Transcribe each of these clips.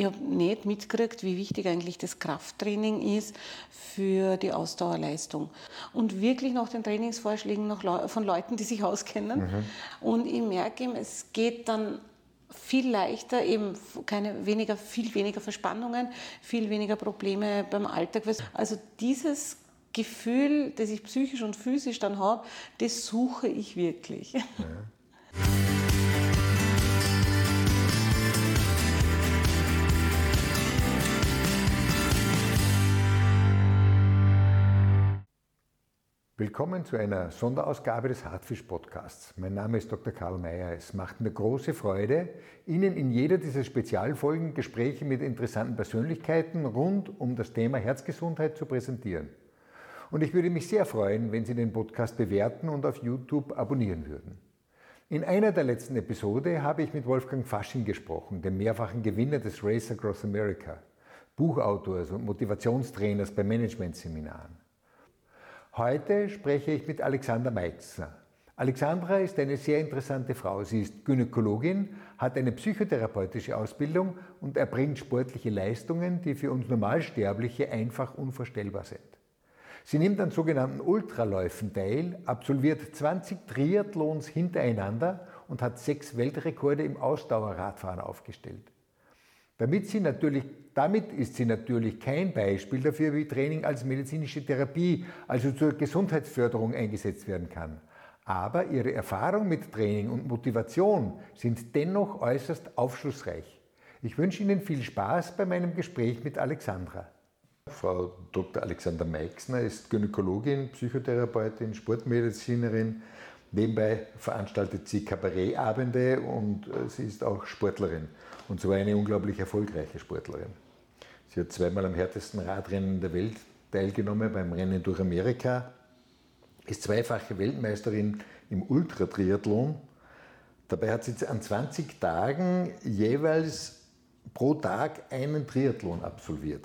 ich habe nicht mitgekriegt, wie wichtig eigentlich das Krafttraining ist für die Ausdauerleistung. Und wirklich nach den Trainingsvorschlägen von Leuten, die sich auskennen. Und ich merke eben, es geht dann viel leichter, eben viel weniger Verspannungen, viel weniger Probleme beim Alltag. Also dieses Gefühl, das ich psychisch und physisch dann habe, das suche ich wirklich. Ja. Willkommen zu einer Sonderausgabe des Hartfisch-Podcasts. Mein Name ist Dr. Karl Mayer. Es macht mir große Freude, Ihnen in jeder dieser Spezialfolgen Gespräche mit interessanten Persönlichkeiten rund um das Thema Herzgesundheit zu präsentieren. Und ich würde mich sehr freuen, wenn Sie den Podcast bewerten und auf YouTube abonnieren würden. In einer der letzten Episode habe ich mit Wolfgang Fasching gesprochen, dem mehrfachen Gewinner des Race Across America, Buchautors und Motivationstrainers bei Managementseminaren. Heute spreche ich mit Alexandra Meixner. Alexandra ist eine sehr interessante Frau. Sie ist Gynäkologin, hat eine psychotherapeutische Ausbildung und erbringt sportliche Leistungen, die für uns Normalsterbliche einfach unvorstellbar sind. Sie nimmt an sogenannten Ultraläufen teil, absolviert 20 Triathlons hintereinander und hat 6 Weltrekorde im Ausdauerradfahren aufgestellt. Damit ist sie natürlich kein Beispiel dafür, wie Training als medizinische Therapie, also zur Gesundheitsförderung eingesetzt werden kann. Aber ihre Erfahrung mit Training und Motivation sind dennoch äußerst aufschlussreich. Ich wünsche Ihnen viel Spaß bei meinem Gespräch mit Alexandra. Frau Dr. Alexandra Meixner ist Gynäkologin, Psychotherapeutin, Sportmedizinerin. Nebenbei veranstaltet sie Kabarettabende und sie ist auch Sportlerin. Und zwar eine unglaublich erfolgreiche Sportlerin. Sie hat 2-mal am härtesten Radrennen der Welt teilgenommen, beim Rennen durch Amerika, ist 2-fache Weltmeisterin im Ultratriathlon. Dabei hat sie an 20 Tagen jeweils pro Tag einen Triathlon absolviert.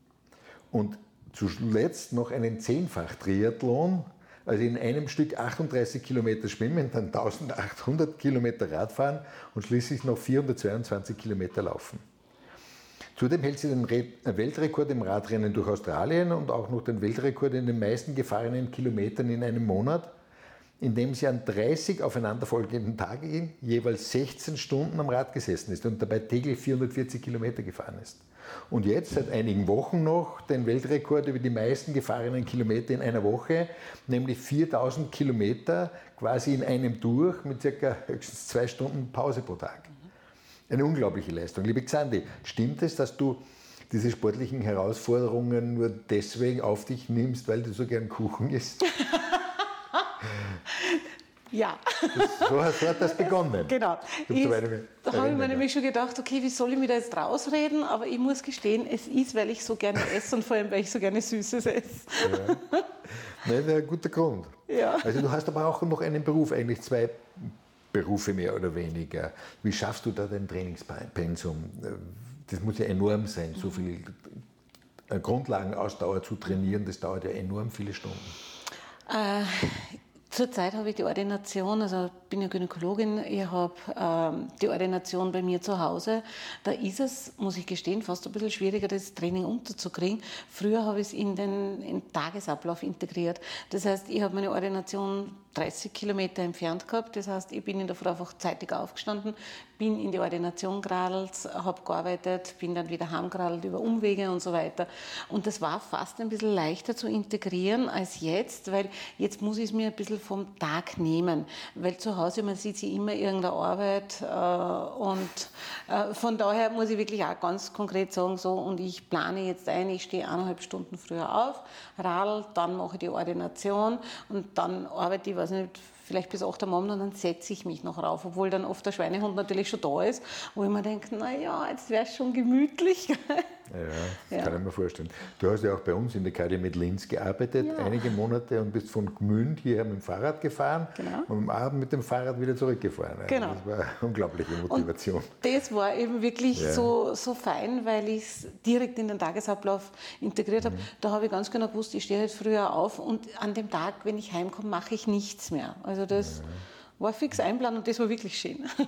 Und zuletzt noch einen 10-fach-Triathlon, also in einem Stück 38 Kilometer schwimmen, dann 1800 Kilometer Radfahren und schließlich noch 422 Kilometer laufen. Zudem hält sie den Weltrekord im Radrennen durch Australien und auch noch den Weltrekord in den meisten gefahrenen Kilometern in einem Monat, indem sie an 30 aufeinanderfolgenden Tagen jeweils 16 Stunden am Rad gesessen ist und dabei täglich 440 Kilometer gefahren ist. Und jetzt, seit einigen Wochen noch, den Weltrekord über die meisten gefahrenen Kilometer in einer Woche, nämlich 4000 Kilometer quasi in einem durch mit ca. höchstens 2 Stunden Pause pro Tag. Eine unglaubliche Leistung. Liebe Xandi, stimmt es, dass du diese sportlichen Herausforderungen nur deswegen auf dich nimmst, weil du so gern Kuchen isst? Ja. So hat das begonnen. Genau. Da habe ich mir nämlich schon gedacht, okay, wie soll ich mich da jetzt rausreden? Aber ich muss gestehen, es ist, weil ich so gerne esse und vor allem, weil ich so gerne Süßes esse. Ja. Nein, wäre ein guter Grund. Ja. Also du hast aber auch noch einen Beruf, eigentlich 2 Berufe mehr oder weniger. Wie schaffst du da dein Trainingspensum? Das muss ja enorm sein, so viel Grundlagenausdauer zu trainieren, das dauert ja enorm viele Stunden. Zurzeit habe ich die Ordination, also ich bin ja Gynäkologin, ich habe die Ordination bei mir zu Hause. Da ist es, muss ich gestehen, fast ein bisschen schwieriger, das Training unterzukriegen. Früher habe ich es in den Tagesablauf integriert. Das heißt, ich habe meine Ordination 30 Kilometer entfernt gehabt. Das heißt, ich bin in der Früh einfach zeitig aufgestanden, bin in die Ordination geradelt, habe gearbeitet, bin dann wieder heimgeradelt über Umwege und so weiter. Und das war fast ein bisschen leichter zu integrieren als jetzt, weil jetzt muss ich es mir ein bisschen vom Tag nehmen. Weil zu Hause, man sieht sie immer irgendeine Arbeit und von daher muss ich wirklich auch ganz konkret sagen, so, und ich plane jetzt ein, ich stehe 1,5 Stunden früher auf, radel, dann mache ich die Ordination und dann arbeite ich, weiß nicht, vielleicht bis 8 Uhr abends und dann setze ich mich noch rauf, obwohl dann oft der Schweinehund natürlich schon da ist, wo ich mir denke, naja, jetzt wäre es schon gemütlich. Ja, kann ich mir vorstellen. Du hast ja auch bei uns in der KD mit Linz gearbeitet, einige Monate, und bist von Gmünd hierher mit dem Fahrrad gefahren und am Abend mit dem Fahrrad wieder zurückgefahren. Also genau. Das war eine unglaubliche Motivation. Und das war eben wirklich so fein, weil ich es direkt in den Tagesablauf integriert habe. Da habe ich ganz genau gewusst, ich stehe halt früher auf und an dem Tag, wenn ich heimkomme, mache ich nichts mehr. Also das war fix einplanen und das war wirklich schön.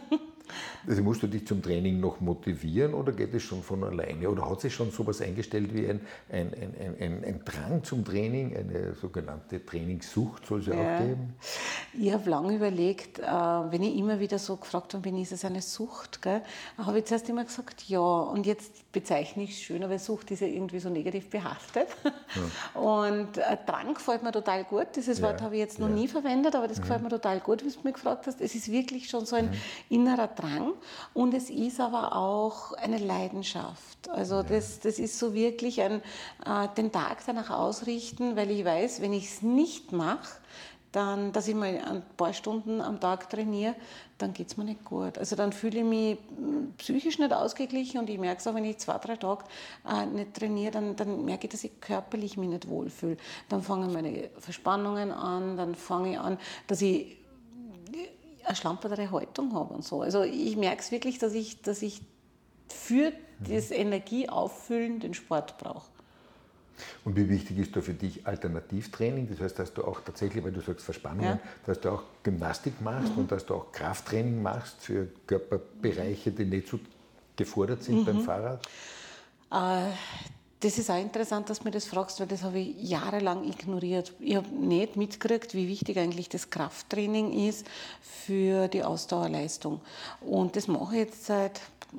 Also musst du dich zum Training noch motivieren oder geht es schon von alleine? Oder hat sich schon sowas eingestellt wie ein Drang zum Training, eine sogenannte Trainingssucht soll es ja auch geben? Ich habe lange überlegt, wenn ich immer wieder so gefragt habe, ist es eine Sucht, gell, habe ich zuerst immer gesagt, ja. Und jetzt bezeichne ich es schöner, weil Sucht ist ja irgendwie so negativ behaftet. Ja. Und Drang gefällt mir total gut. Dieses Wort habe ich jetzt noch nie verwendet, aber das gefällt mir total gut, wie du mich gefragt hast. Es ist wirklich schon so ein innerer Drang und es ist aber auch eine Leidenschaft. Also das ist so wirklich den Tag danach ausrichten, weil ich weiß, wenn ich es nicht mache, dann, dass ich mal ein paar Stunden am Tag trainiere, dann geht es mir nicht gut. Also dann fühle ich mich psychisch nicht ausgeglichen und ich merke es auch, wenn ich 2-3 Tage nicht trainiere, dann merke ich, dass ich körperlich mich nicht wohlfühle. Dann fangen meine Verspannungen an, dann fange ich an, dass ich eine schlampertere Haltung habe und so. Also ich merke es wirklich, dass ich für das Energieauffüllen den Sport brauche. Und wie wichtig ist da für dich Alternativtraining? Das heißt, dass du auch tatsächlich, weil du sagst Verspannungen, dass du auch Gymnastik machst und dass du auch Krafttraining machst für Körperbereiche, die nicht so gefordert sind beim Fahrrad? Das ist auch interessant, dass du mir das fragst, weil das habe ich jahrelang ignoriert. Ich habe nicht mitgekriegt, wie wichtig eigentlich das Krafttraining ist für die Ausdauerleistung. Und das mache ich jetzt seit,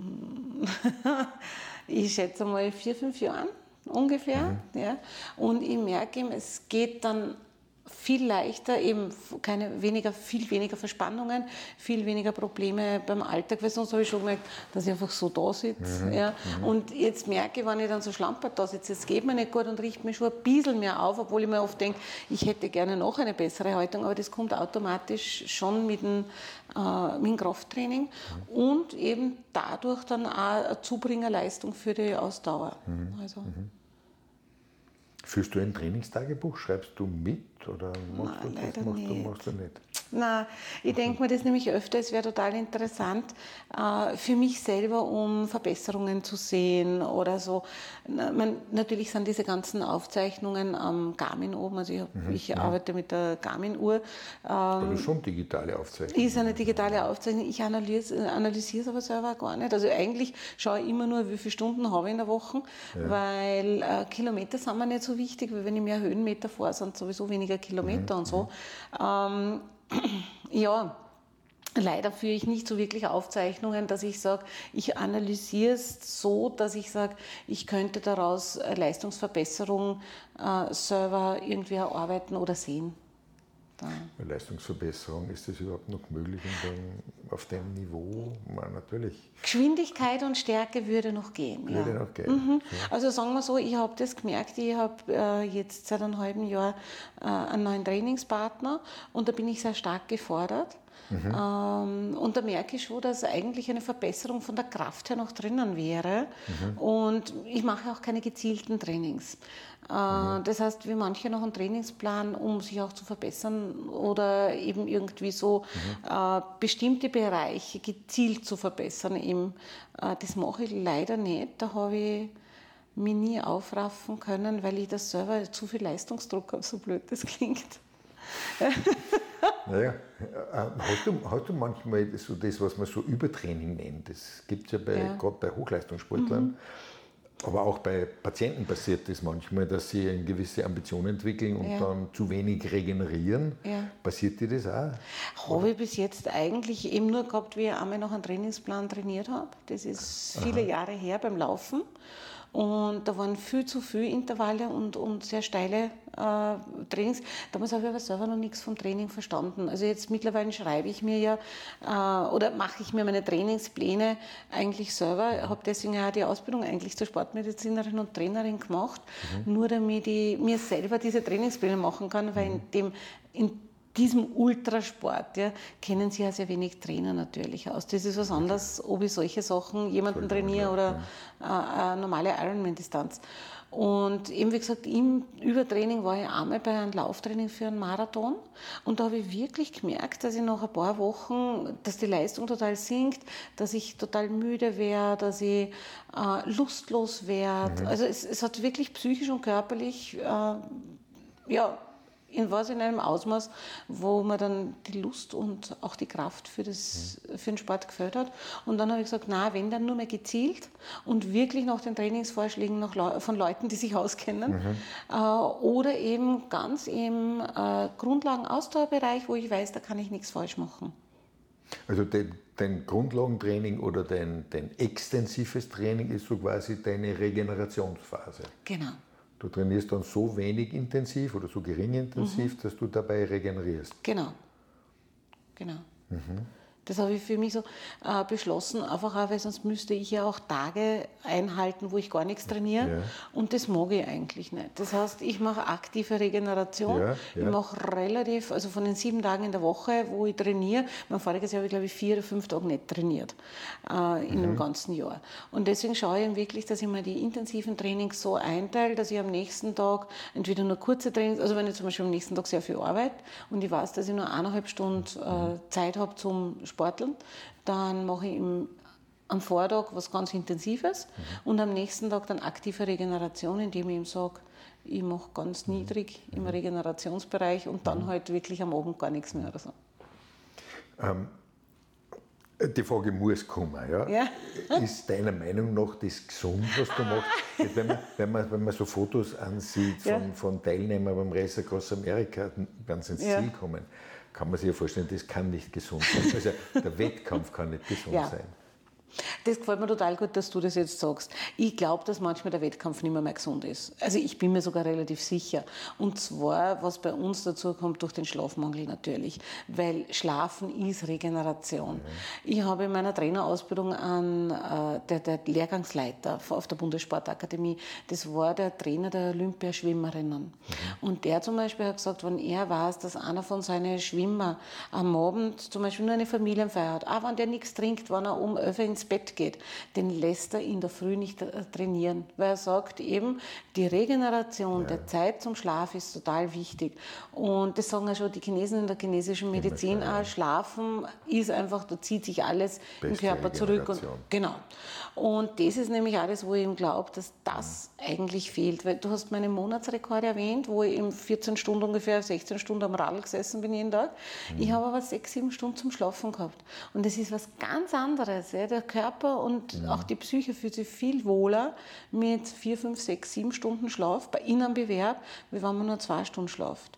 ich schätze mal, 4-5 Jahren. Ungefähr. Ja. Und ich merke eben, es geht dann viel leichter, eben viel weniger Verspannungen, viel weniger Probleme beim Alltag, weil sonst habe ich schon gemerkt, dass ich einfach so da sitze. Ja. Und jetzt merke ich, wenn ich dann so schlampert da sitze, es geht mir nicht gut und riecht mich schon ein bisschen mehr auf, obwohl ich mir oft denke, ich hätte gerne noch eine bessere Haltung, aber das kommt automatisch schon mit dem Krafttraining und eben dadurch dann auch eine Zubringerleistung für die Ausdauer. Also. Führst du ein Trainingstagebuch? Schreibst du mit oder machst du nicht? Nein, ich denke mir das nämlich öfter, es wäre total interessant für mich selber, um Verbesserungen zu sehen oder so. Natürlich sind diese ganzen Aufzeichnungen am Garmin oben, also ich arbeite mit der Garmin-Uhr. Aber schon digitale Aufzeichnung. Ist eine digitale Aufzeichnung, ich analysiere es aber selber gar nicht. Also eigentlich schaue ich immer nur, wie viele Stunden habe ich in der Woche, weil Kilometer sind mir nicht so wichtig, weil wenn ich mehr Höhenmeter fahre, sind sowieso weniger Kilometer und so. Ja, leider führe ich nicht so wirklich Aufzeichnungen, dass ich sage, ich analysiere es so, dass ich sage, ich könnte daraus Leistungsverbesserung selber irgendwie erarbeiten oder sehen. Leistungsverbesserung, ist das überhaupt noch möglich auf dem Niveau? Natürlich. Geschwindigkeit und Stärke würde noch gehen. Würde noch gehen. Also sagen wir so, ich habe das gemerkt, ich habe jetzt seit einem halben Jahr einen neuen Trainingspartner und da bin ich sehr stark gefordert. Und da merke ich schon, dass eigentlich eine Verbesserung von der Kraft her noch drinnen wäre. Und ich mache auch keine gezielten Trainings. Das heißt, wie manche noch einen Trainingsplan, um sich auch zu verbessern oder eben irgendwie so bestimmte Bereiche gezielt zu verbessern. Eben, das mache ich leider nicht. Da habe ich mich nie aufraffen können, weil ich das selber zu viel Leistungsdruck habe, so blöd das klingt. Naja, hast du manchmal so das, was man so Übertraining nennt? Das gibt es ja gerade bei Hochleistungssportlern, aber auch bei Patienten passiert das manchmal, dass sie eine gewisse Ambition entwickeln und dann zu wenig regenerieren. Ja. Passiert dir das auch? Habe ich bis jetzt eigentlich eben nur gehabt, wie ich einmal noch einen Trainingsplan trainiert habe. Das ist viele Jahre her beim Laufen. Und da waren viel zu viele Intervalle und sehr steile Trainings. Damals habe ich aber selber noch nichts vom Training verstanden. Also jetzt mittlerweile schreibe ich mir ja oder mache ich mir meine Trainingspläne eigentlich selber. Ich habe deswegen auch die Ausbildung eigentlich zur Sportmedizinerin und Trainerin gemacht, nur damit ich mir selber diese Trainingspläne machen kann, weil in diesem Ultrasport kennen sich ja sehr wenig Trainer natürlich aus. Das ist was anderes, ob ich solche Sachen jemanden trainiere oder eine normale Ironman-Distanz. Und eben wie gesagt, im Übertraining war ich einmal bei einem Lauftraining für einen Marathon und da habe ich wirklich gemerkt, dass ich nach ein paar Wochen, dass die Leistung total sinkt, dass ich total müde werde, dass ich lustlos werde. Also es hat wirklich psychisch und körperlich in einem Ausmaß, wo mir dann die Lust und auch die Kraft für den Sport gefällt hat. Und dann habe ich gesagt, na, wenn dann nur mehr gezielt und wirklich nach den Trainingsvorschlägen von Leuten, die sich auskennen, oder eben ganz im Grundlagen-Ausdauerbereich, wo ich weiß, da kann ich nichts falsch machen. Also dein Grundlagentraining oder dein extensives Training ist so quasi deine Regenerationsphase. Genau. Du trainierst dann so wenig intensiv oder so gering intensiv, dass du dabei regenerierst. Genau. Das habe ich für mich so beschlossen, einfach auch, weil sonst müsste ich ja auch Tage einhalten, wo ich gar nichts trainiere. Ja. Und das mag ich eigentlich nicht. Das heißt, ich mache aktive Regeneration. Ja. Ich mache also von den 7 Tagen in der Woche, wo ich trainiere, mein voriges Jahr habe ich, glaube ich, 4 oder 5 Tage nicht trainiert in dem ganzen Jahr. Und deswegen schaue ich wirklich, dass ich mir die intensiven Trainings so einteile, dass ich am nächsten Tag entweder nur kurze Trainings, also wenn ich zum Beispiel am nächsten Tag sehr viel arbeite und ich weiß, dass ich nur 1,5 Stunden Zeit habe zum Sporteln, dann mache ich am Vortag was ganz Intensives und am nächsten Tag dann aktive Regeneration, indem ich ihm sage, ich mache ganz niedrig im Regenerationsbereich und dann halt wirklich am Abend gar nichts mehr oder so. Die Frage muss kommen. Ja? Ist deiner Meinung nach das gesund, was du machst? Wenn man so Fotos ansieht von Teilnehmern beim Race Across America, wenn sie ins Ziel kommen, kann man sich ja vorstellen, das kann nicht gesund sein. Also der Wettkampf kann nicht gesund sein. Das gefällt mir total gut, dass du das jetzt sagst. Ich glaube, dass manchmal der Wettkampf nicht mehr gesund ist. Also ich bin mir sogar relativ sicher. Und zwar, was bei uns dazu kommt, durch den Schlafmangel natürlich. Weil Schlafen ist Regeneration. Ich habe in meiner Trainerausbildung der Lehrgangsleiter auf der Bundessportakademie, das war der Trainer der Olympiaschwimmerinnen. Und der zum Beispiel hat gesagt, wenn er weiß, dass einer von seinen Schwimmer am Abend zum Beispiel nur eine Familienfeier hat, auch wenn der nichts trinkt, wenn er um 11 Uhr ins Bett geht, den lässt er in der Früh nicht trainieren, weil er sagt eben, die Regeneration der Zeit zum Schlaf ist total wichtig. Und das sagen ja schon die Chinesen in der chinesischen Medizin auch, Schlafen ist einfach, da zieht sich alles im Körper zurück. Und, genau. Und das ist nämlich alles, wo ich eben glaube, dass das eigentlich fehlt, weil du hast meinen Monatsrekord erwähnt, wo ich in 14 Stunden ungefähr, 16 Stunden am Radl gesessen bin jeden Tag. Ich habe aber 6, 7 Stunden zum Schlafen gehabt. Und das ist was ganz anderes. Ja. Der Körper und auch die Psyche fühlt sich viel wohler mit 4, 5, 6, 7 Stunden Schlaf bei Innenbewerb, wie wenn man nur 2 Stunden schlaft.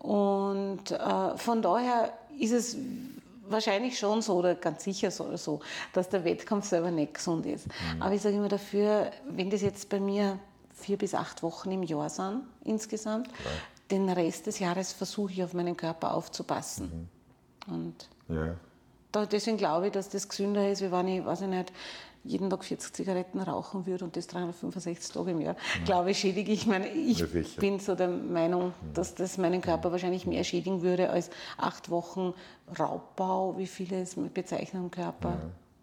Und von daher ist es wahrscheinlich schon so, oder ganz sicher so, dass der Wettkampf selber nicht gesund ist. Aber ich sage immer dafür, wenn das jetzt bei mir 4 bis 8 Wochen im Jahr sind insgesamt, den Rest des Jahres versuche ich auf meinen Körper aufzupassen. Und deswegen glaube ich, dass das gesünder ist, wie wenn ich, weiß ich nicht, jeden Tag 40 Zigaretten rauchen würde und das 365 Tage im Jahr. Glaube ich, schädige ich bin so der Meinung, dass das meinen Körper wahrscheinlich mehr schädigen würde als 8 Wochen Raubbau, wie viele es mit Bezeichnung im Körper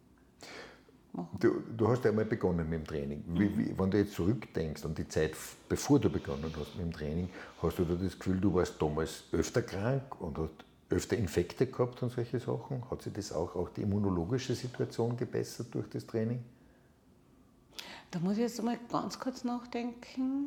machen. Du hast ja einmal begonnen mit dem Training. Wenn du jetzt zurückdenkst an die Zeit, bevor du begonnen hast mit dem Training, hast du da das Gefühl, du warst damals öfter krank und hast öfter Infekte gehabt und solche Sachen? Hat sich das auch die immunologische Situation gebessert durch das Training? Da muss ich jetzt mal ganz kurz nachdenken.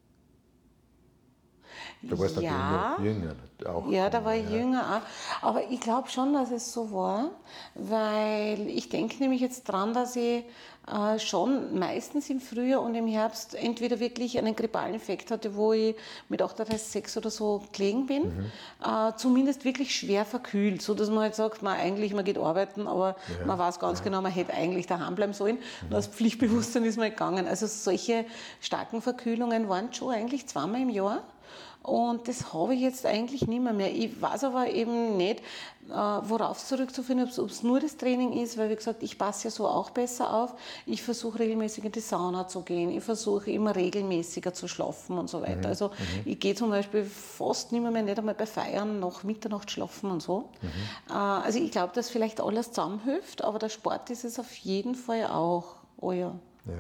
Da warst du noch jünger. Ja, da war ich jünger auch. Aber ich glaube schon, dass es so war, weil ich denke nämlich jetzt dran, dass ich schon meistens im Frühjahr und im Herbst entweder wirklich einen grippalen Infekt hatte, wo ich mit 38,6 oder so gelegen bin, zumindest wirklich schwer verkühlt, so dass man halt sagt, man geht arbeiten, aber man weiß ganz genau, man hätte eigentlich daheim bleiben sollen. Und aus Pflichtbewusstsein ist man gegangen. Also solche starken Verkühlungen waren schon eigentlich 2-mal im Jahr. Und das habe ich jetzt eigentlich nicht mehr. Ich weiß aber eben nicht, worauf es zurückzuführen ist, ob es nur das Training ist, weil wie gesagt, ich passe ja so auch besser auf. Ich versuche regelmäßig in die Sauna zu gehen. Ich versuche immer regelmäßiger zu schlafen und so weiter. Also ich gehe zum Beispiel fast nicht einmal bei Feiern nach Mitternacht schlafen und so. Also ich glaube, dass vielleicht alles zusammenhilft, aber der Sport ist es auf jeden Fall auch. Oh ja.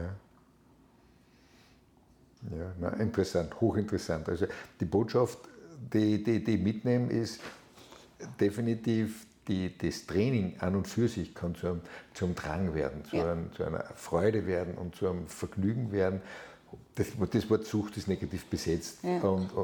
Ja, na, interessant, hochinteressant. Also die Botschaft, die ich mitnehme, ist definitiv, das Training an und für sich kann zum Drang werden, zu einer Freude werden und zu einem Vergnügen werden. Das Wort Sucht ist negativ besetzt, Ja.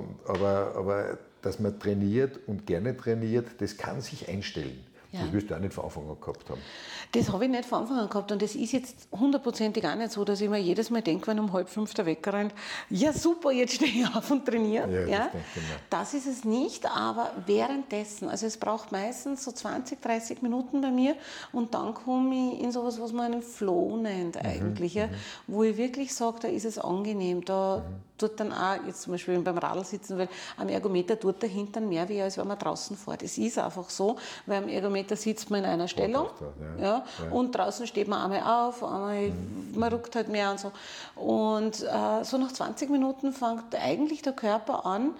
aber dass man trainiert und gerne trainiert, das kann sich einstellen. Ja. Das wirst du auch nicht von Anfang an gehabt haben. Das habe ich nicht von Anfang an gehabt und das ist jetzt hundertprozentig auch nicht so, dass ich mir jedes Mal denke, wenn um 4:30 der Wecker rennt, ja super, jetzt stehe ich auf und trainiere. Ja, das denke ich mir. Das ist es nicht, aber währenddessen, also es braucht meistens so 20, 30 Minuten bei mir und dann komme ich in sowas, was man einen Flow nennt eigentlich, ja, wo ich wirklich sage, da ist es angenehm, da tut dann auch, jetzt zum Beispiel beim Radl sitzen, weil am Ergometer tut der Hintern mehr weh, als wenn man draußen fährt. Es ist einfach so, weil am Ergometer sitzt man in einer Stellung, und draußen steht man einmal auf, einmal, man ruckt halt mehr und so. Und so nach 20 Minuten fängt eigentlich der Körper an,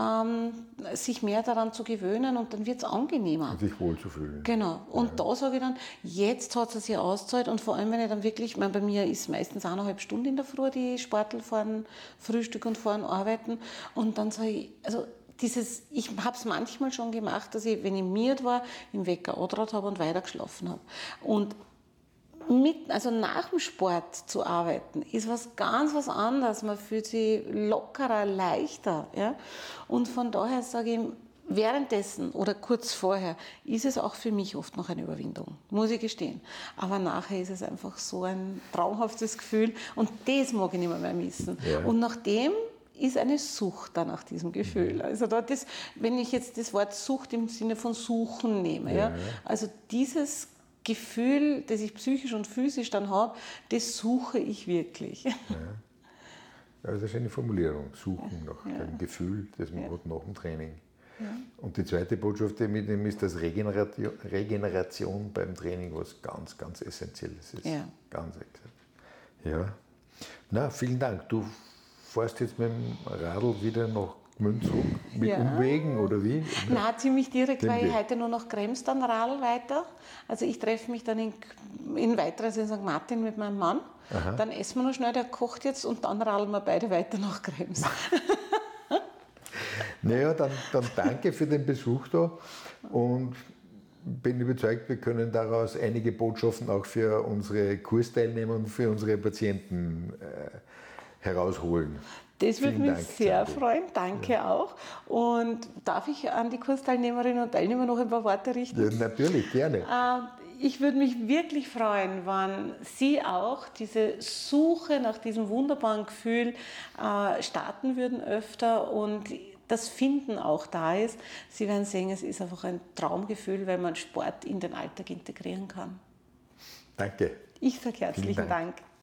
sich mehr daran zu gewöhnen und dann wird es angenehmer. Und sich wohlzufühlen. Genau. Und da sage ich dann, jetzt hat es sich ausgezahlt und vor allem, wenn ich dann wirklich, ich meine, bei mir ist meistens 1,5 Stunden in der Früh, die Sportler fahren Frühstück und fahren arbeiten und dann sage ich, also ich habe es manchmal schon gemacht, dass ich, wenn ich müde war, im Wecker angetraut habe und weiter geschlafen habe. Und also nach dem Sport zu arbeiten, ist was anderes. Man fühlt sich lockerer, leichter. Ja? Und von daher sage ich, währenddessen oder kurz vorher ist es auch für mich oft noch eine Überwindung, muss ich gestehen. Aber nachher ist es einfach so ein traumhaftes Gefühl und das mag ich nicht mehr missen. Ja. Und nachdem ist eine Sucht da nach diesem Gefühl. Also wenn ich jetzt das Wort Sucht im Sinne von Suchen nehme, ja, also dieses Gefühl, das ich psychisch und physisch dann habe, das suche ich wirklich. Ja. Das ist eine schöne Formulierung, suchen nach dem Gefühl, das man hat nach dem Training. Ja. Und die zweite Botschaft, die ich mitnehme, ist, dass Regeneration beim Training was ganz, ganz Essentielles ist. Ja. Ganz exakt. Ja. Na, vielen Dank. Du fährst jetzt mit dem Radl wieder nach Gmünd zurück, mit Umwegen oder wie? Nein, ziemlich direkt, weil ich heute nur nach Krems dann Radl weiter. Also ich treffe mich dann in Weiteres in St. Martin mit meinem Mann. Aha. Dann essen wir noch schnell, der kocht jetzt und dann radeln wir beide weiter nach Krems. Naja, dann danke für den Besuch da und bin überzeugt, wir können daraus einige Botschaften auch für unsere Kursteilnehmer und für unsere Patienten herausholen. Das würde mich sehr freuen, danke auch. Und darf ich an die Kursteilnehmerinnen und Teilnehmer noch ein paar Worte richten? Ja, natürlich, gerne. Ich würde mich wirklich freuen, wenn Sie auch diese Suche nach diesem wunderbaren Gefühl starten würden öfter und das Finden auch da ist. Sie werden sehen, es ist einfach ein Traumgefühl, weil man Sport in den Alltag integrieren kann. Danke. Ich sage herzlichen Dank.